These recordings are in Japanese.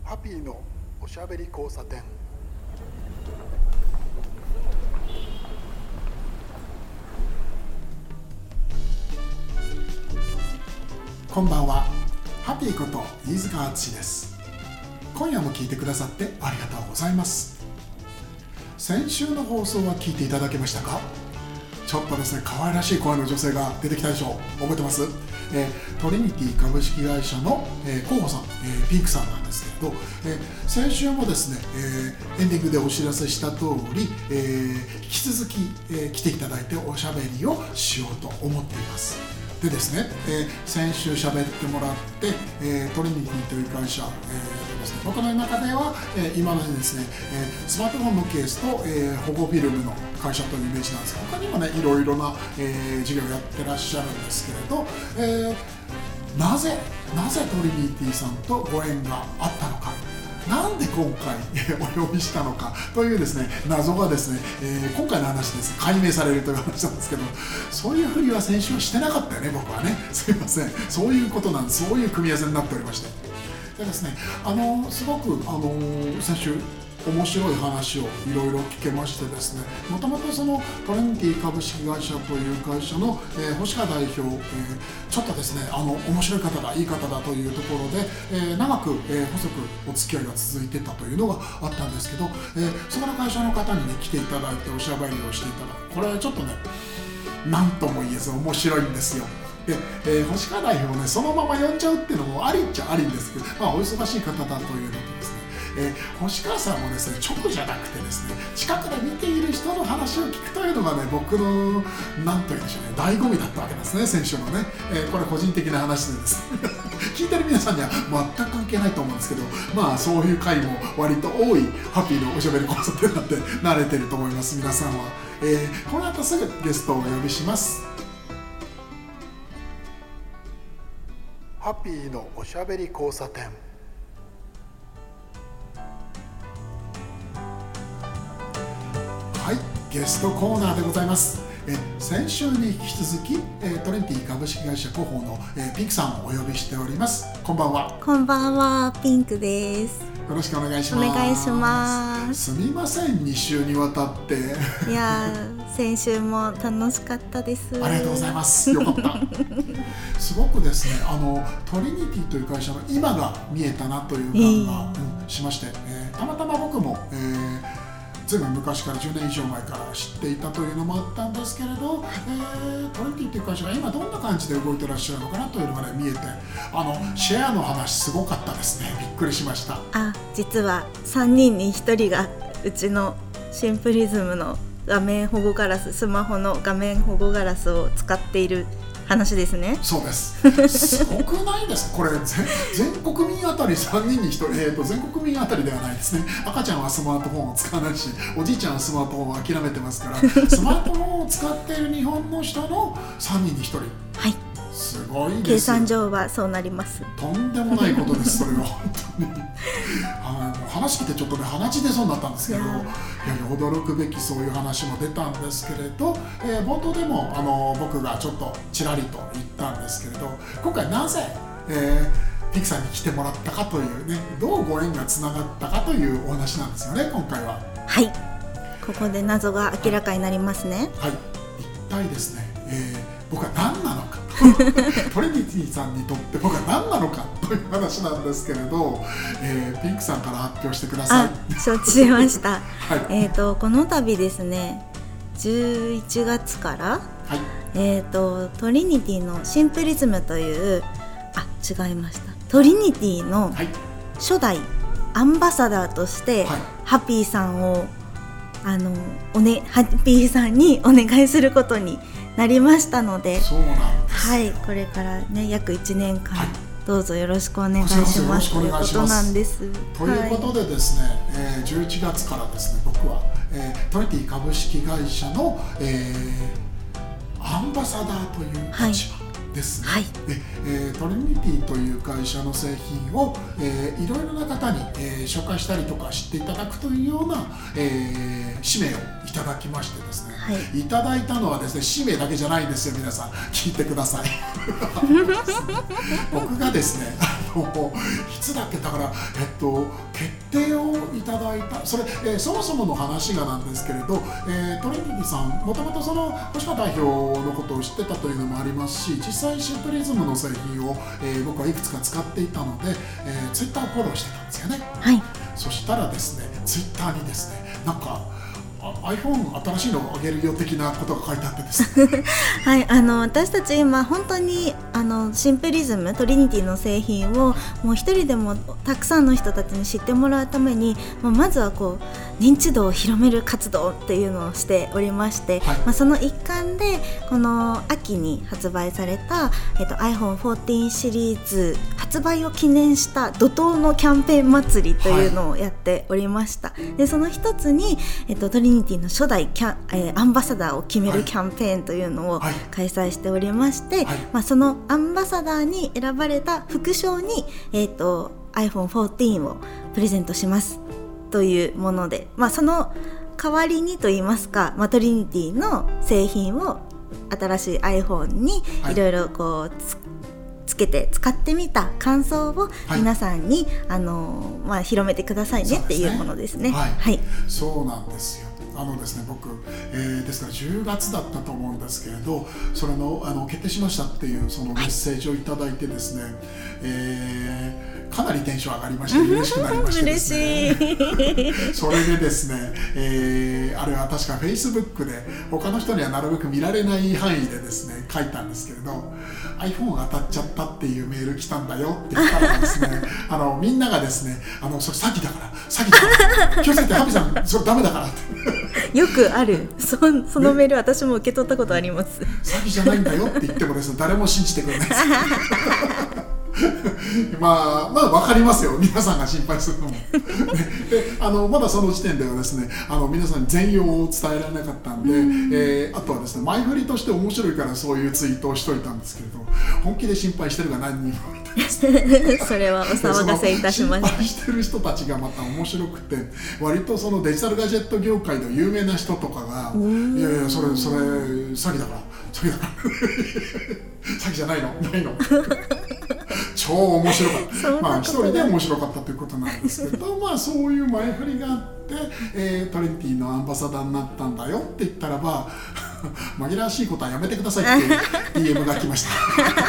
ハピーのおしゃべり交差点。こんばんは。ハピーこと飯塚敦です。今夜も聞いてくださってありがとうございます。先週の放送は聞いていただけましたか？ちょっとですね、可愛らしい声の女性が出てきたでしょう。覚えてます？トリニティ株式会社の、広報さん、ピンクさんなんですけれど、先週もですね、エンディングでお知らせした通り、引き続き、来ていただいておしゃべりをしようと思っています。でですね、先週喋ってもらって、トリニティという会社、ですね、僕の中では、今のですね、スマートフォンのケースと、保護フィルムの会社というイメージなんですが、他にもねいろいろな、事業をやってらっしゃるんですけれど、なぜトリニティさんとご縁があったのか、なんで今回お呼びしたのかというですね謎がですね、今回の話ですね解明されるという話なんですけど、そういうふりは先週はしてなかったよね、僕はね。すいません、そういうことなんです。そういう組み合わせになっておりまして、でですね、すごく先週面白い話をいろいろ聞けましてですね、もともとそのトリニティ株式会社という会社の、星川代表、ちょっとですね面白い方だ、いい方だというところで、長く、細くお付き合いが続いてたというのがあったんですけど、そこの会社の方にね来ていただいておしゃべりをしていただく、これはちょっとね何とも言えず面白いんですよ。で、星川代表をねそのまま呼んじゃうっていうのもありっちゃありんですけど、お忙しい方だというのとですね、星川さんもですね直じゃなくてですね、近くで見ている人の話を聞くというのがね僕の何と言うんでしょうね、醍醐味だったわけですね、先週のね。これ個人的な話でですね聞いてる皆さんには全く関係ないと思うんですけど、そういう回も割と多いハッピーのおしゃべり交差点なんて慣れてると思います、皆さんは。この後すぐゲストをお呼びします。ハッピーのおしゃべり交差点。はい、ゲストコーナーでございます。先週に引き続き、トリニティ株式会社広報の、ピンクさんをお呼びしております。こんばんは。 こんばんは、ピンクです。 よろしくお願いします。 お願いします。 すみません、2週にわたって。 いや先週も楽しかったです。 ありがとうございます。よかった。すごくですね、トリニティという会社の今が見えたなという感が、しまして、たまたま僕も、ずいぶん昔から10年以上前から知っていたというのもあったんですけれど、トリニティという会社が今どんな感じで動いてらっしゃるのかなというのがね見えて、シェアの話すごかったですね。びっくりしました。 実は3人に1人がうちのシンプリズムの画面保護ガラス、スマホの画面保護ガラスを使っている話ですね。 そうです。すごくないですかこれ。全国民あたり3人に1人、全国民あたりではないですね。赤ちゃんはスマートフォンを使わないし、おじいちゃんはスマートフォンを諦めてますからスマートフォンを使っている日本の人の3人に1人。 はい、 すごいです。 計算上はそうなります。 とんでもないことです。それは本当に話聞いてちょっとね鼻血出そうになったんですけど、いや驚くべきそういう話も出たんですけれど、冒頭でも僕がちょっとちらりと言ったんですけれど、今回なぜ、ピクさんに来てもらったかというね、どうご縁がつながったかというお話なんですよね、今回は。 はい、ここで謎が明らかになりますね。 はい、一体ですね、僕は何なのかトリニティさんにとって僕は何なのかという話なんですけれど、ピンクさんから発表してください。 承知しました、 はい、 この度ですね11月から、 はい、 トリニティのシンプリズムという違いましたトリニティの初代アンバサダーとして、はい、ハッピーさんをハッピーさんにお願いすることになりましたので、 そうなんです。 はい、これからね約1年間、はい、どうぞよろしくお願いしますということなんです。 ということでですね、11月からですね僕は、トリニティ株式会社の、アンバサダーという立場ですね。はい、トリニティという会社の製品を、いろいろな方に、紹介したりとか知っていただくというような、使命をいただきましてですね、はい、いただいたのはですね使命だけじゃないんですよ。皆さん聞いてください僕がですねつだっけだから、決定をいただいたそれ、そもそもの話がなんですけれど、トリニティさんもともとその星川代表のことを知ってたというのもありますし、実際シンプリズムの製品を、僕はいくつか使っていたので、ツイッターをフォローしてたんですよね。 はい。 そしたらですね、ツイッターにですね、なんかiPhone 新しいのをあげるよ的なことが書いてあってですねはい、私たち今本当にシンプリズムトリニティの製品をもう一人でもたくさんの人たちに知ってもらうために、まずはこう認知度を広める活動っていうのをしておりまして、はい、その一環でこの秋に発売された、iPhone 14シリーズ発売を記念した怒涛のキャンペーン祭りというのをやっておりました、はい、でその一つに、トリニティの初代アンバサダーを決めるキャンペーンというのを開催しておりまして、はい、そのアンバサダーに選ばれた副賞に、iPhone 14をプレゼントしますというもので、その代わりにといいますか、トリニティの製品を新しい iPhone にいろいろこうつけて使ってみた感想を皆さんに、はい、広めてくださいねっていうものですね。 はいはい、そうなんですよ。ですね、僕、ですから10月だったと思うんですけれど、それの決定しましたっていうそのメッセージをいただいてですね、かなりテンション上がりまして嬉しくなりましてですねそれでですね、あれは確か Facebook で他の人にはなるべく見られない範囲でですね書いたんですけれど、 iPhone 当たっちゃったっていうメール来たんだよって言ったらですねみんながですね、それ詐欺だから気をつけてハビさんそれダメだからってよくあるそのメール私も受け取ったことあります。 詐欺じゃないんだよって言ってもですね誰も信じてくれないですまあ分かりますよ、皆さんが心配するのもでまだその時点ではですね皆さんに全容を伝えられなかったんで、あとはですね前振りとして面白いからそういうツイートをしといたんですけれど、本気で心配してるが何人もいてですねそれはお騒がせいたしました。 心配してる人たちがまた面白くて、割とそのデジタルガジェット業界の有名な人とかがいやいやそれ詐欺だから詐欺じゃないの超面白かった一人で面白かったということなんですけどそういう前振りがあって、トリニティのアンバサダーになったんだよって言ったらば紛らわしいことはやめてくださいっていう DM が来ました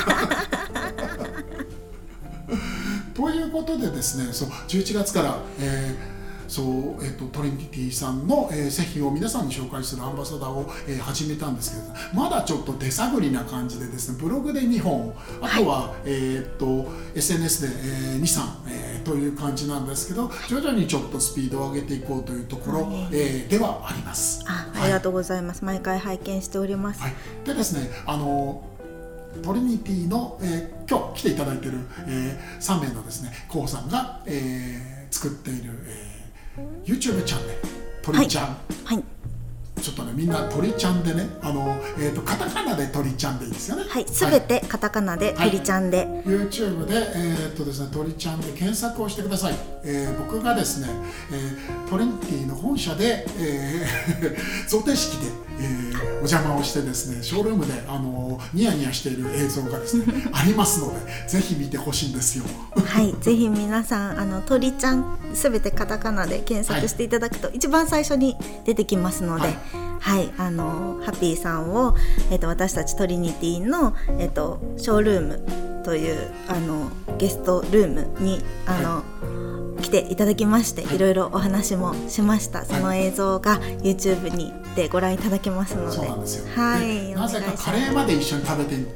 ということでですね、11月から、トリニティさんの、製品を皆さんに紹介するアンバサダーを、始めたんですけれど、まだちょっと手探りな感じでですね、ブログで2本、あとは、SNS で、2、3、という感じなんですけど、徐々にちょっとスピードを上げていこうというところ、ではあります。 ありがとうございます。毎回拝見しております。 はい、でですね、トリニティの、今日来ていただいている、3名のですね、コウさんが、作っている、YouTube チャンネルトリちゃん、はいはい、ちょっとねみんなトリちゃんでねカタカナでトリちゃんでいいですよね。 はい、すべてカタカナでトリちゃんで、 YouTube でですねトリちゃんで検索をしてください。僕がですね、トリニティの本社で、贈呈式で、お邪魔をしてですねショールームでニヤニヤしている映像がですねありますのでぜひ見てほしいんですよ。 はい、ぜひ皆さんトリちゃんすべてカタカナで検索していただくと、一番最初に出てきますので、はい、ハッピーさんを、私たちトリニティの、ショールームというゲストルームに来ていただきまして、いろいろお話もしました。その映像が YouTube にでご覧いただけますので、 そうなんですよ。 はい、 なぜかカレーまで一緒に食べている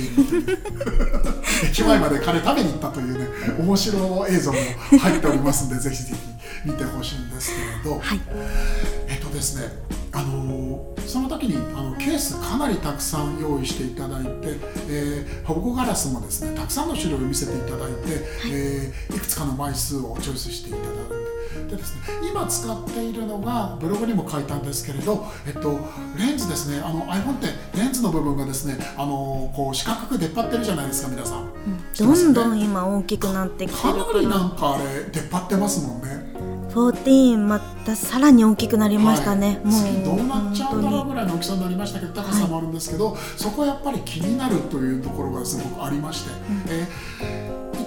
駅前までカレー食べに行ったというね面白い映像も入っておりますのでぜひぜひ見てほしいんですけれど、はい、ですねその時にケースかなりたくさん用意していただいて、保護ガラスもですねたくさんの種類を見せていただいて、いくつかの枚数をチョイスしていただいて、でですね、今使っているのがブログにも書いたんですけれど、レンズですね。iPhone ってレンズの部分がですねこう四角く出っ張ってるじゃないですか皆さん、 どんどん今大きくなってきてるからかなりなんかあれ出っ張ってますもんね。 14またさらに大きくなりましたね、 はい、次どうなっちゃうんだろうぐらいの大きさになりましたけど高さもあるんですけど、そこはやっぱり気になるというところがすごくありまして、いた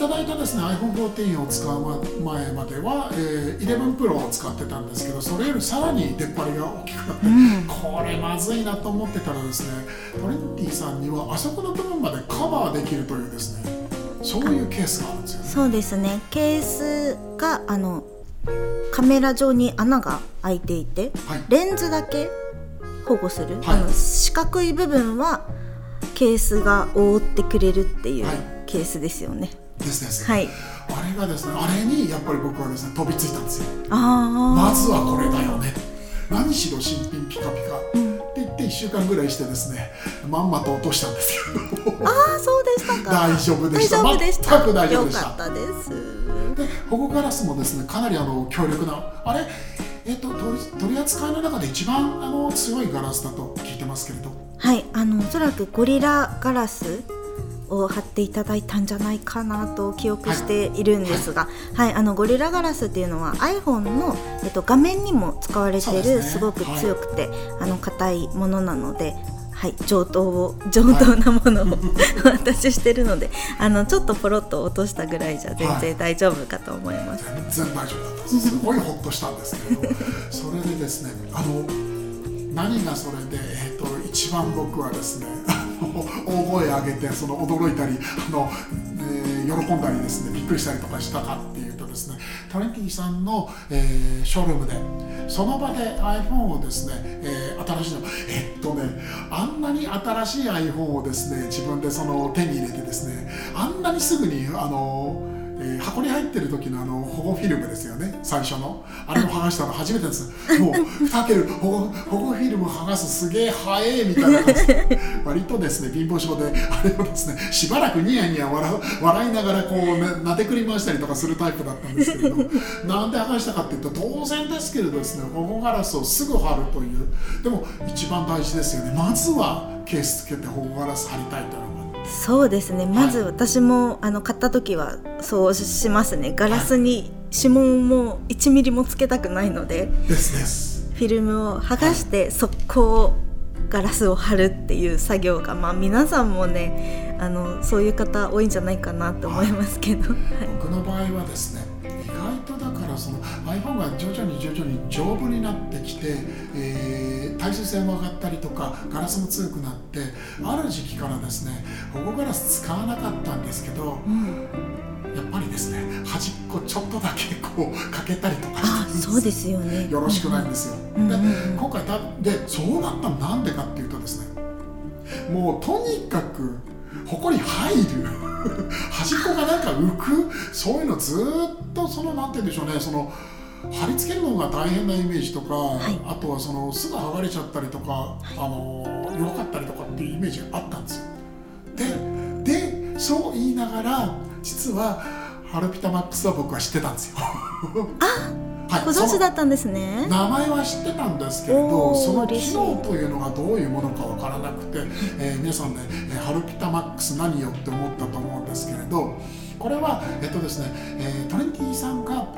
ただいたですね iPhone 14を使う前までは、11 Pro を使ってたんですけど、それよりさらに出っ張りが大きくなって、これまずいなと思ってたらですね、トリニティさんにはあそこの部分までカバーできるというですね、そういうケースがあるんですよね。 そうですね、ケースがカメラ上に穴が開いていて、はい、レンズだけ保護する、はい、四角い部分はケースが覆ってくれるっていうケースですよね。 ですです、 はい、 あれがですね、あれにやっぱり僕はですね飛びついたんですよ。まずはこれだよね、何しろ新品ピカピカ、って言って1週間ぐらいしてですね、まんまと落としたんですけどそうでしたか。 大丈夫でした。全く大丈夫でした。 よかったです。 で保護ガラスもですねかなり強力な取り扱いの中で一番強いガラスだと聞いてますけれど、 はい、おそらくゴリラガラスを貼っていただいたんじゃないかなと記憶しているんですが、はいはい、ゴリラガラスっていうのは iPhone の、画面にも使われている、すごく強くて、硬いものなので、はい、上等なものをお渡ししてるので、ちょっとポロッと落としたぐらいじゃ全然大丈夫かと思います。 全然大丈夫だったです。すごいホッとしたんですけれどそれでですね、何がそれで、一番僕はですね大声上げて驚いたり喜んだりですね、びっくりしたりとかしたかっていうとですね、トレンティさんの、ショールームでその場で iPhone をですね、新しいのあんなに新しい iPhone をですね自分で手に入れてですね、あんなにすぐに箱に入ってる時の保護フィルムですよね、最初のあれを剥がしたの初めてです。もう2開ける保護フィルム剥がすすげえ早えみたいな感じで割とですね貧乏症であれをですねしばらくニヤニヤ笑いながらなでくり回したりとかするタイプだったんですけれどなんで剥がしたかっていうと、当然ですけれどですね、保護ガラスをすぐ貼るという、でも一番大事ですよね、まずはケースつけて保護ガラス貼りたいというのが。 そうですね、まず私も、買った時はそうしますね。ガラスに指紋も1ミリもつけたくないので、フィルムを剥がして速攻ガラスを貼るっていう作業が、皆さんもねそういう方多いんじゃないかなと思いますけど、 僕の場合はですね、意外とだからiPhone が徐々に丈夫になってきて、耐水性も上がったりとかガラスも強くなって、ある時期からですね保護ガラス使わなかったんですけど、やっぱりですね端っこちょっとだけかけたりとかして、 そうですよね、 よろしくないんですよ。で今回そうなったのなんでかっていうとですね、もうとにかくほこり入る端っこがなんか浮く、そういうのずっとなんて言うんでしょうね、貼り付けるのが大変なイメージとか、あとはすぐ剥がれちゃったりとか、弱かったりとかっていうイメージがあったんですよ。でそう言いながら実はハルピタマックスは僕は知ってたんですよご存知だったんですね。 名前は知ってたんですけれど、その機能というのがどういうものかわからなくて、皆さんね、ハルピタマックス何よって思ったと思うんですけれど、これはですね、トレンティさんが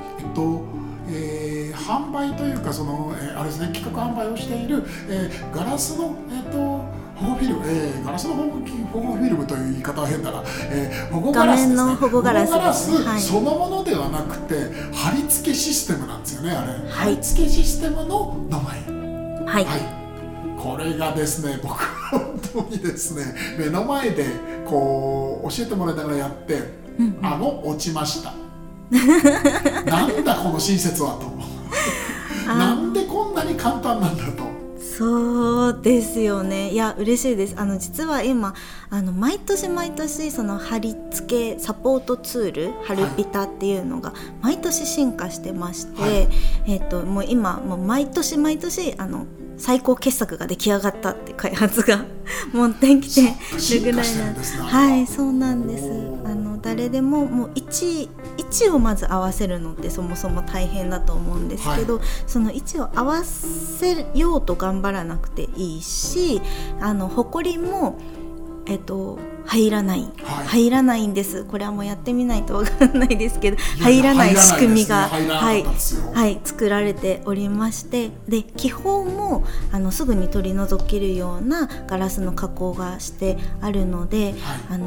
販売というかあれですね、企画販売をしている、ガラスの保護フィルム、ガラスの保護フィルムという言い方は変だな、保護ガラスですね。画面の保護ガラスそのものではなくて、貼り付けシステムなんですよね、あれ。貼り付けシステムの名前。これがですね、僕本当にですね、目の前で教えてもらいながらやって、落ちました。なんだこの親切はとなんでこんなに簡単なんだと。 そうですよね。いや嬉しいです。実は今毎年貼り付けサポートツールハルピタっていうのが毎年進化してまして、もう今毎年最高傑作が出来上がったって開発が持ってきてるぐらいなんです。はい、そうなんです。誰でももう位置をまず合わせるのってそもそも大変だと思うんですけど、その位置を合わせようと頑張らなくていいし、ほこりも入らないんです。これはもうやってみないと分からないですけど、入らない仕組みが作られておりまして、で気泡もすぐに取り除けるようなガラスの加工がしてあるので、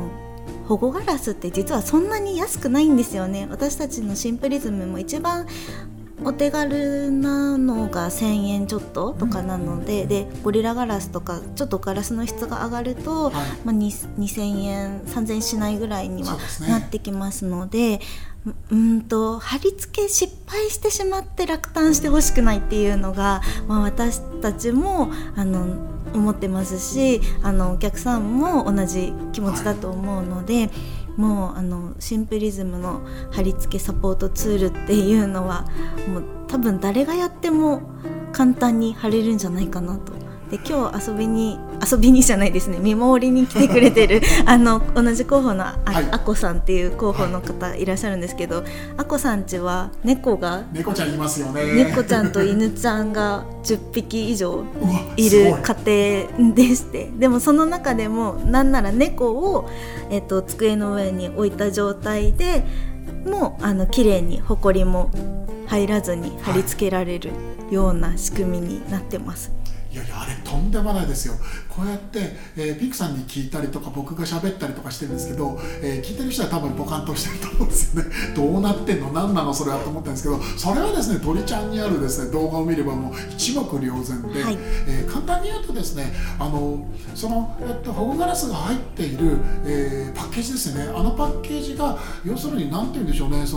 保護ガラスって実はそんなに安くないんですよね。私たちのシンプリズムも一番お手軽なのが1000円ちょっととかなので、でゴリラガラスとかちょっとガラスの質が上がると、2000円3000円しないぐらいにはなってきますので、貼り付け失敗してしまって落胆してほしくないっていうのが、私たちも思ってますし、お客さんも同じ気持ちだと思うので、もうシンプリズムの貼り付けサポートツールっていうのはもう多分誰がやっても簡単に貼れるんじゃないかなと。で今日遊びにじゃないですね、見守りに来てくれてる同じ候補のあこさんっていう候補の方いらっしゃるんですけど、あこさんちは猫ちゃんいますよね。 猫ちゃんと犬ちゃんが10匹以上いる家庭でして、でもその中でもなんなら猫を、机の上に置いた状態でもう綺麗にホコリも入らずに貼り付けられるような仕組みになってます。 いやあれとんでもないですよ。こうやって、ピクさんに聞いたりとか僕が喋ったりとかしてるんですけど、聞いてる人は多分ポカンとしてると思うんですよね。どうなってんの何なのそれはと思ったんですけど、それはですね鳥ちゃんにあるですね動画を見ればもう一目瞭然で、簡単に言うとですねその、保護ガラスが入っている、パッケージですね。パッケージが要するに何て言うんでしょうね、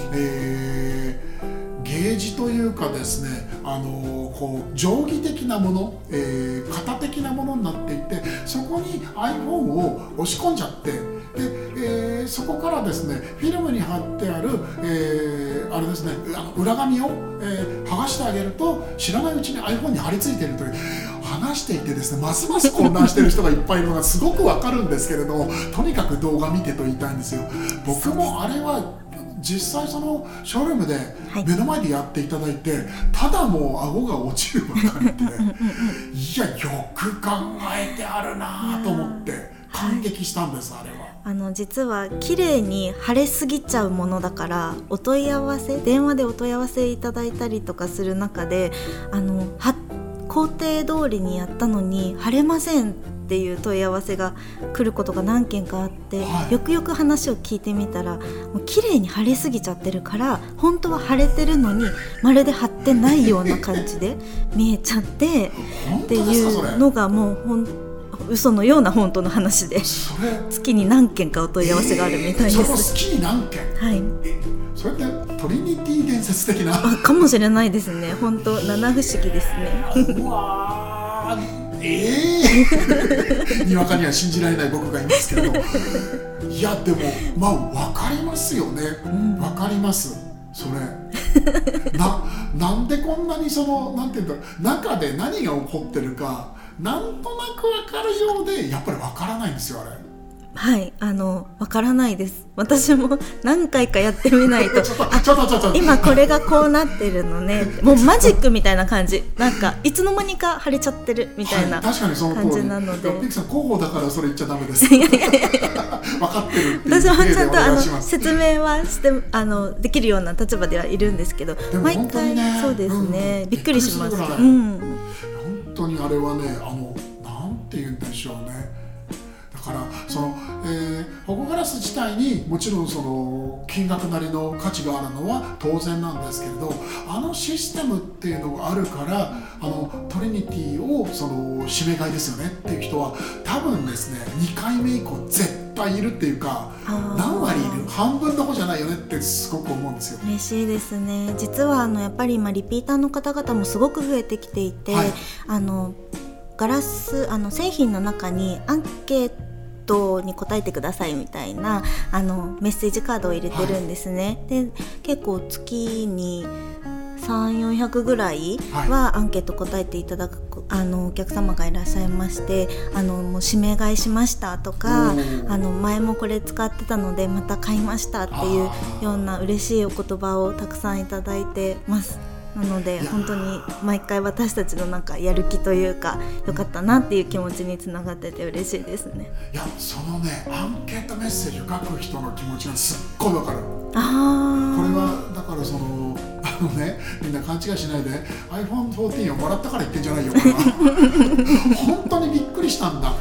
ゲージというかですね、こう定規的なもの、型的なものになっていて、そこに iPhone を押し込んじゃって、で、そこからですねフィルムに貼ってある、あれですね、裏紙を、剥がしてあげると知らないうちに iPhone に貼り付いているという、話していてですねますます混乱している人がいっぱいいるのがすごくわかるんですけれども、とにかく動画見てと言いたいんですよ。僕もあれは実際そのショールームで目の前でやっていただいて、ただもう顎が落ちるばかりでいやよく考えてあるなと思って感激したんです。あれは実は綺麗に貼れすぎちゃうものだから、電話でお問い合わせいただいたりとかする中で工程通りにやったのに貼れませんっていう問い合わせが来ることが何件かあって、よくよく話を聞いてみたら、もう綺麗に貼れすぎちゃってるから本当は貼れてるのにまるで貼ってないような感じで見えちゃってっていうのがもう嘘のような本当の話で、月に何件かお問い合わせがあるみたいです。 それも月に何件？それってトリニティ伝説的なかもしれないですね。本当七不思議ですね。 うわにわかには信じられない僕がいますけどいやでも分かりますよね、分かります。それなんでこんなになんていうんだろう、中で何が起こってるかなんとなく分かるようでやっぱり分からないんですよあれ。 わからないです。私も何回かやってみないと今これがこうなってるのね、もうマジックみたいな感じ、なんかいつの間にか腫れちゃってるみたいな感じなので、 ピクさん広報だからそれ言っちゃダメです分かってるっていう。 私はちゃんと説明はしてできるような立場ではいるんですけど、毎回そうですね、びっくりします。 本当にあれはね、なんて言うんでしょうね。だから保護ガラス自体にもちろん金額なりの価値があるのは当然なんですけれど、システムっていうのがあるからトリニティを指名買いですよねっていう人は多分ですね2回目以降絶対いるっていうか、何割いる、半分どこじゃないよねってすごく思うんですよ。 嬉しいですね。実はやっぱり今リピーターの方々もすごく増えてきていて、ガラス製品の中にアンケートに答えてくださいみたいなメッセージカードを入れてるんですね。で結構月に300-400ぐらいはアンケート答えていただくお客様がいらっしゃいまして、もう指名買いしましたとか、前もこれ使ってたのでまた買いましたっていうような嬉しいお言葉をたくさんいただいてます。なので本当に毎回私たちのやる気というかよかったなっていう気持ちにつながってて嬉しいですね。 いやアンケートメッセージを書く人の気持ちがすっごいわかる。これはだからみんな勘違いしないで iPhone 14をもらったから言ってんじゃないよこれは本当にびっくりしたんだ。い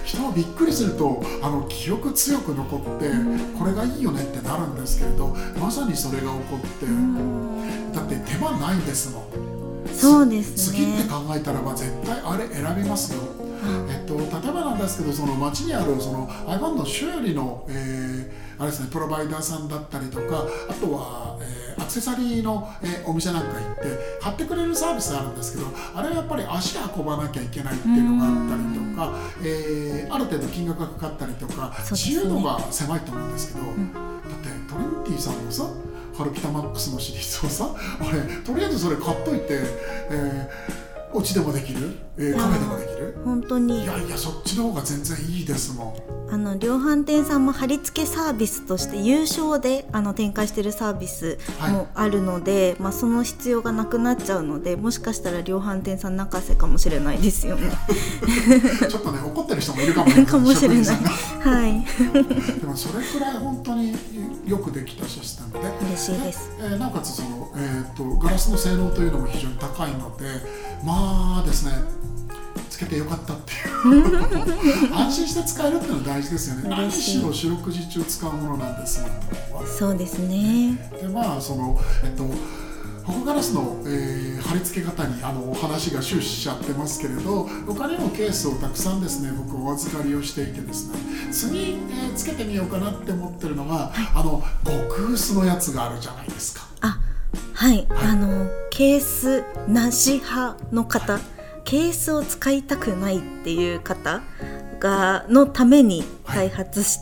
人はびっくりすると記憶強く残って、これがいいよねってなるんですけれど、まさにそれが起こって、だって手間ないんですもん。 そうですね。 次って考えたらば絶対あれ選びますよ。例えばなんですけど、その街にあるその iPhone の修理の、あれですね、プロバイダーさんだったりとか、あとは、アクセサリーの、お店なんか行って買ってくれるサービスあるんですけど、あれはやっぱり足運ばなきゃいけないっていうのがあったりとか、ある程度金額がかかったりとか、自由度が狭いと思うんですけど、だってトリニティさんのさハルピタマックスのシリーズをさ、あれとりあえずそれ買っといて、お家でもできる、カフェでもできる。 本当にいやいや、そっちの方が全然いいですもん。 量販店さんも貼り付けサービスとして有償で展開しているサービスもあるので、その必要がなくなっちゃうので、もしかしたら量販店さん泣かせかもしれないですよね。 ちょっとね、怒ってる人もいるかもしれないかもしれないはいでもそれくらい本当によくできたシステムで嬉しいです。 なおかつその、ガラスの性能というのも非常に高いので、まあですね、つけてよかったっていう安心して使えるっていうのは大事ですよね。何しろ四六時中使うものなんですもん。 そうですね。 でその保護ガラスの、貼り付け方にお話が終始しちゃってますけれど、他にもケースをたくさんですね、僕お預かりをしていてですね、次、つけてみようかなって思ってるのが、極薄のやつがあるじゃないですか。 はい、ケースなし派の方、ケースを使いたくないっていう方のために開発した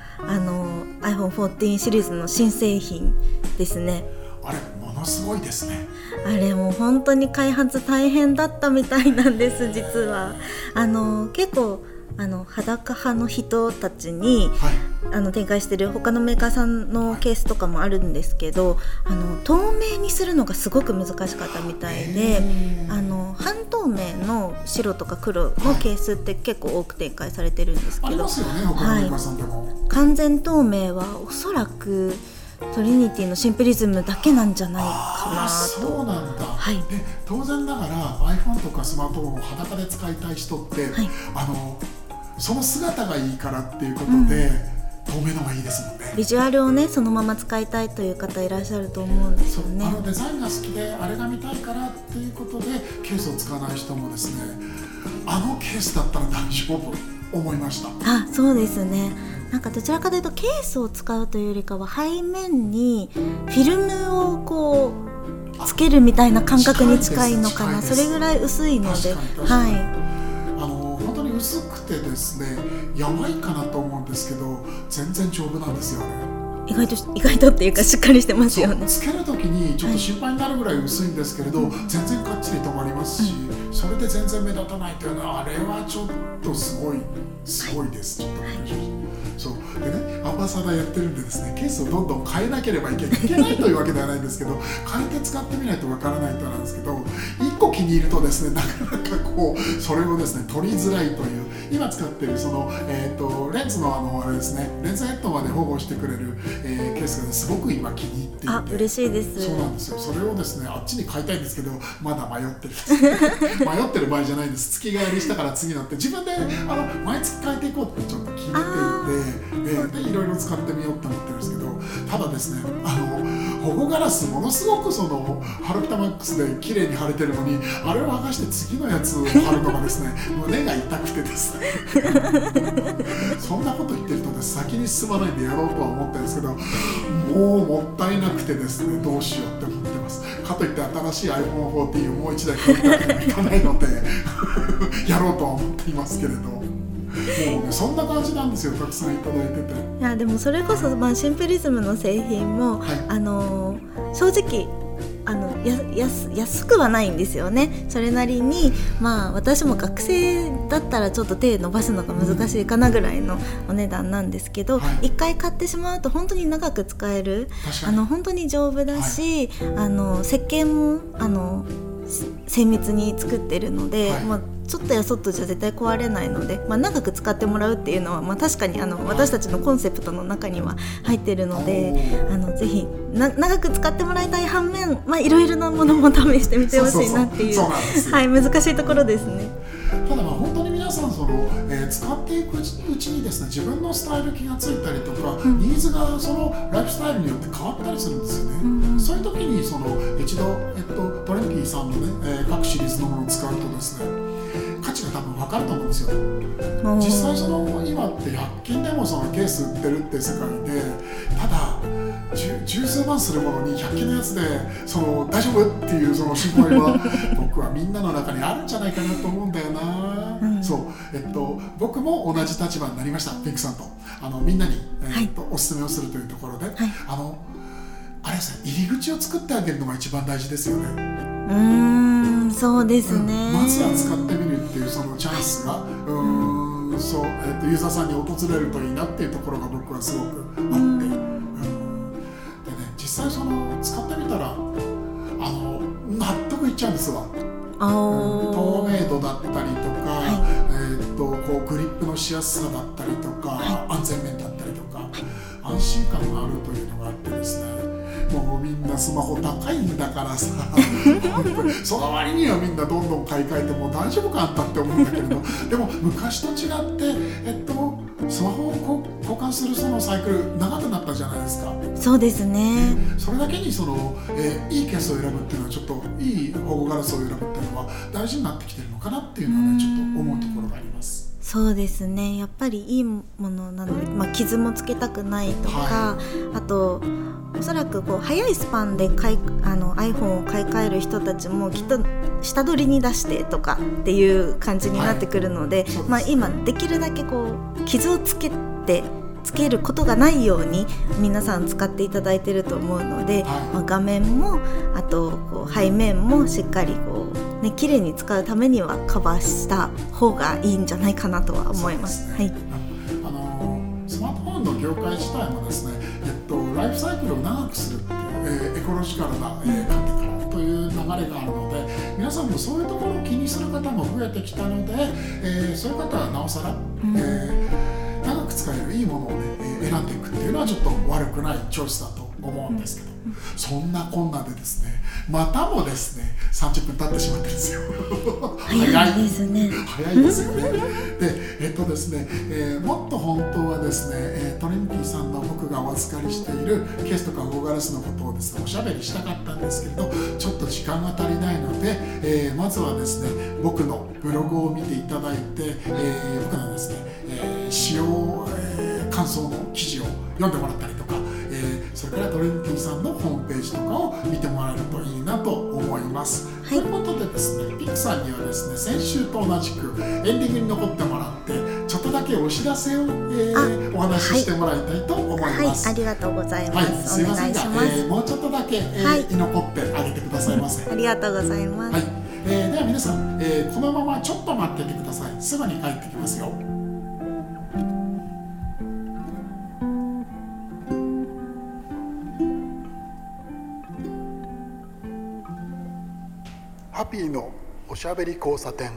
、iPhone 14シリーズの新製品ですね。 あれものすごいですね。 あれも本当に開発大変だったみたいなんです実は。結構裸派の人たちに、展開している他のメーカーさんのケースとかもあるんですけど、透明にするのがすごく難しかったみたいで、半透明の白とか黒のケースって結構多く展開されてるんですけど、 ありますよね、他のメーカーさんでも。 完全透明はおそらくトリニティのシンプリズムだけなんじゃないかなと。 そうなんだ、で当然ながら iPhone とかスマートフォンを裸で使いたい人って、その姿がいいからっていうことで、透明の方がいいですもんね。 ビジュアルをね、そのまま使いたいという方いらっしゃると思うんですよね。 デザインが好きであれが見たいからっていうことでケースを使わない人もですね、ケースだったら大丈夫思いました。 そうですね。なんかどちらかというとケースを使うというよりかは背面にフィルムをこうつけるみたいな感覚に近いのかな。それぐらい薄いので、 本当に薄くてですね、やばいかなと思うんですけど、全然丈夫なんですよね。 意外とっていうかしっかりしてますよね。 つけるときにちょっと心配になるぐらい薄いんですけれど、全然かっちり止まりますし、それで全然目立たないというのは、あれはちょっとすごいです。ちょっとそうでね、アンバサダーやってるんでですね、ケースをどんどん変えなければいけないというわけではないんですけど、変えて使ってみないとわからないとなんですけど、1個気に入るとですね、なかなかそれをですね取りづらいという、今使っているその、レンズのあれですね、レンズヘッドまで保護してくれる、ケースが、ね、すごく今気に入っていて、 嬉しいです。 そうなんですよ。それをですね、あっちに買いたいんですけど、まだ迷ってるんです迷ってる場合じゃないんです。月替わりしたから次のって自分で毎月変えていこうってちょっと決めていて、でいろいろ使ってみようと思ってるんですけど、ただですね、保護ガラスものすごくそのハルピタマックスで綺麗に貼れてるのに、あれを剥がして次のやつを貼るのがですね胸が痛くてですねそんなこと言ってるとです先に進まないでやろうとは思ってるんですけど、もうもったいなくてですね、どうしようって思ってます。かといって新しい iPhone 14をもう一台買うわけにはいかないのでやろうとは思っていますけれど、もう、ね、そんな感じなんですよ。たくさんいただいてて、 いやでもそれこそ、シンプリズムの製品も、正直安くはないんですよね。それなりに、私も学生だったらちょっと手伸ばすのが難しいかなぐらいのお値段なんですけど、一回買ってしまうと本当に長く使える、本当に丈夫だし、設計も精密に作ってるので、ちょっとやそっとじゃ絶対壊れないので、長く使ってもらうっていうのは、確かに私たちのコンセプトの中には入ってるので、ぜひ長く使ってもらいたい反面、いろいろなものも試してみてほしいなっていう、難しいところですね。 ただ本当に皆さんそ使っていくうちにですね、自分のスタイル気がついたりとか、ニーズがそのライフスタイルによって変わったりするんですよね。そういう時に一度、トレンティさんのね、各シリーズのものを使うとですね、価値が多分分かると思うんですよ。実際今って100均でもそのケース売ってるって世界で、ただ十数万するものに100均のやつで大丈夫っていう心配は僕はみんなの中にあるんじゃないかなと思うんだよな。そう、僕も同じ立場になりました。ピンクさんとみんなに、おすすめをするというところで、あれですね、入り口を作ってあげるのが一番大事ですよね。 そうですね。 まずは使ってみるっていうチャンスが、ユーザーさんに訪れるといいなっていうところが僕はすごくあって、でね、実際使ってみたら納得いっちゃうんですわ。透明度だったりとか、グリップのしやすさだったりとか、安全面だったりとか、安心感があるというのがあってですね、もうみんなスマホ高いんだからさその割にはみんなどんどん買い替えても大丈夫かあんたって思うんだけれどでも昔と違って、スマホを交換するサイクル長くなったじゃないですか。 そうですね。 それだけにいいケースを選ぶっていうのは、ちょっといい保護ガラスを選ぶっていうのは大事になってきてるのかなっていうのはね、ちょっと思うところがあります。 そうですね。やっぱりいいものなので、傷もつけたくないとか、あとおそらく早いスパンでiPhone を買い替える人たちもきっと下取りに出してとかっていう感じになってくるので、今できるだけ傷をつけることがないように皆さん使っていただいていると思うので、画面もあと背面もしっかり綺麗に使うためにはカバーした方がいいんじゃないかなとは思います。 スマートフォンの業界自体もですね、ライフサイクルを長くするっていう、エコロジカルな観点からという流れがあるので、皆さんもそういうところを気にする方も増えてきたので、そういう方はなおさら、長く使えるいいものを、選んでいくっていうのはちょっと悪くないチョイスだと思うんですけど、そんなこんなでですね、またもですね30分経ってしまってるんですよ早いですね。 早いですよね。でですね、もっと本当はですね、トレンティさんの僕がお預かりしているケースとか保護ガラスのことをですねおしゃべりしたかったんですけど、ちょっと時間が足りないので、まずはですね僕のブログを見ていただいて、僕のですね、使用、感想の記事を読んでもらったりとか、それからトレンティさんのホームページとかを見てもらえるといいなと思います。ということでですね、ピクさんにはですね先週と同じくエンディングに残ってもらってちょっとだけお知らせを、お話ししてもらいたいと思います。 ありがとうございます。 すいませんが、もうちょっとだけ、居残ってあげてくださいませ。 ありがとうございます。 では皆さん、このままちょっと待っててください。すぐに帰ってきますよ。ハピーのおしゃべり交差点。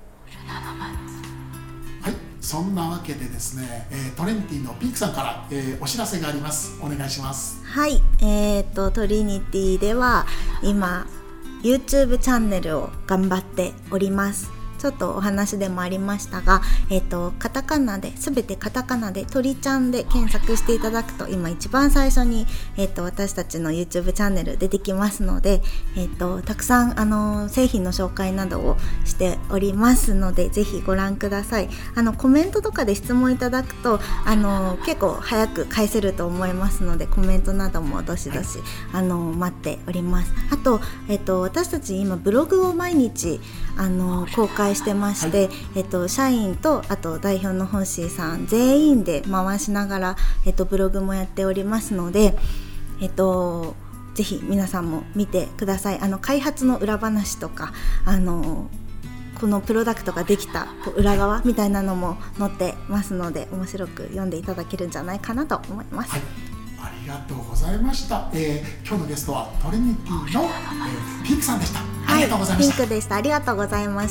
はい、そんなわけでですね、トレンティのピンクさんから、お知らせがあります。お願いします。 はい、トリニティでは今 YouTube チャンネルを頑張っております。ちょっとお話でもありましたが、カタカナで、すべてカタカナで鳥ちゃんで検索していただくと今一番最初に、私たちの YouTube チャンネル出てきますので、たくさん製品の紹介などをしておりますので、ぜひご覧ください。コメントとかで質問いただくと結構早く返せると思いますので、コメントなどもどしどし待っております。あと、私たち今ブログを毎日公開してまして、社員とあと代表のホッシーさん全員で回しながら、ブログもやっておりますので、ぜひ皆さんも見てください。開発の裏話とかこのプロダクトができた裏側みたいなのも載ってますので、面白く読んでいただけるんじゃないかなと思います。 はい、ありがとうございました。今日のゲストはトリニティの、ピンクさんでした。ありがとうございました。 ピンクでした。ありがとうございました。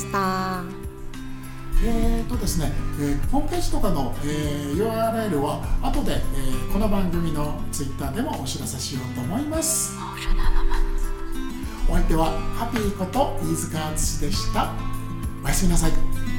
ですね、ホームページとかの、URL は後で、この番組のツイッターでもお知らせしようと思います。お相手はハピーこと飯塚敦でした。おやすみなさい。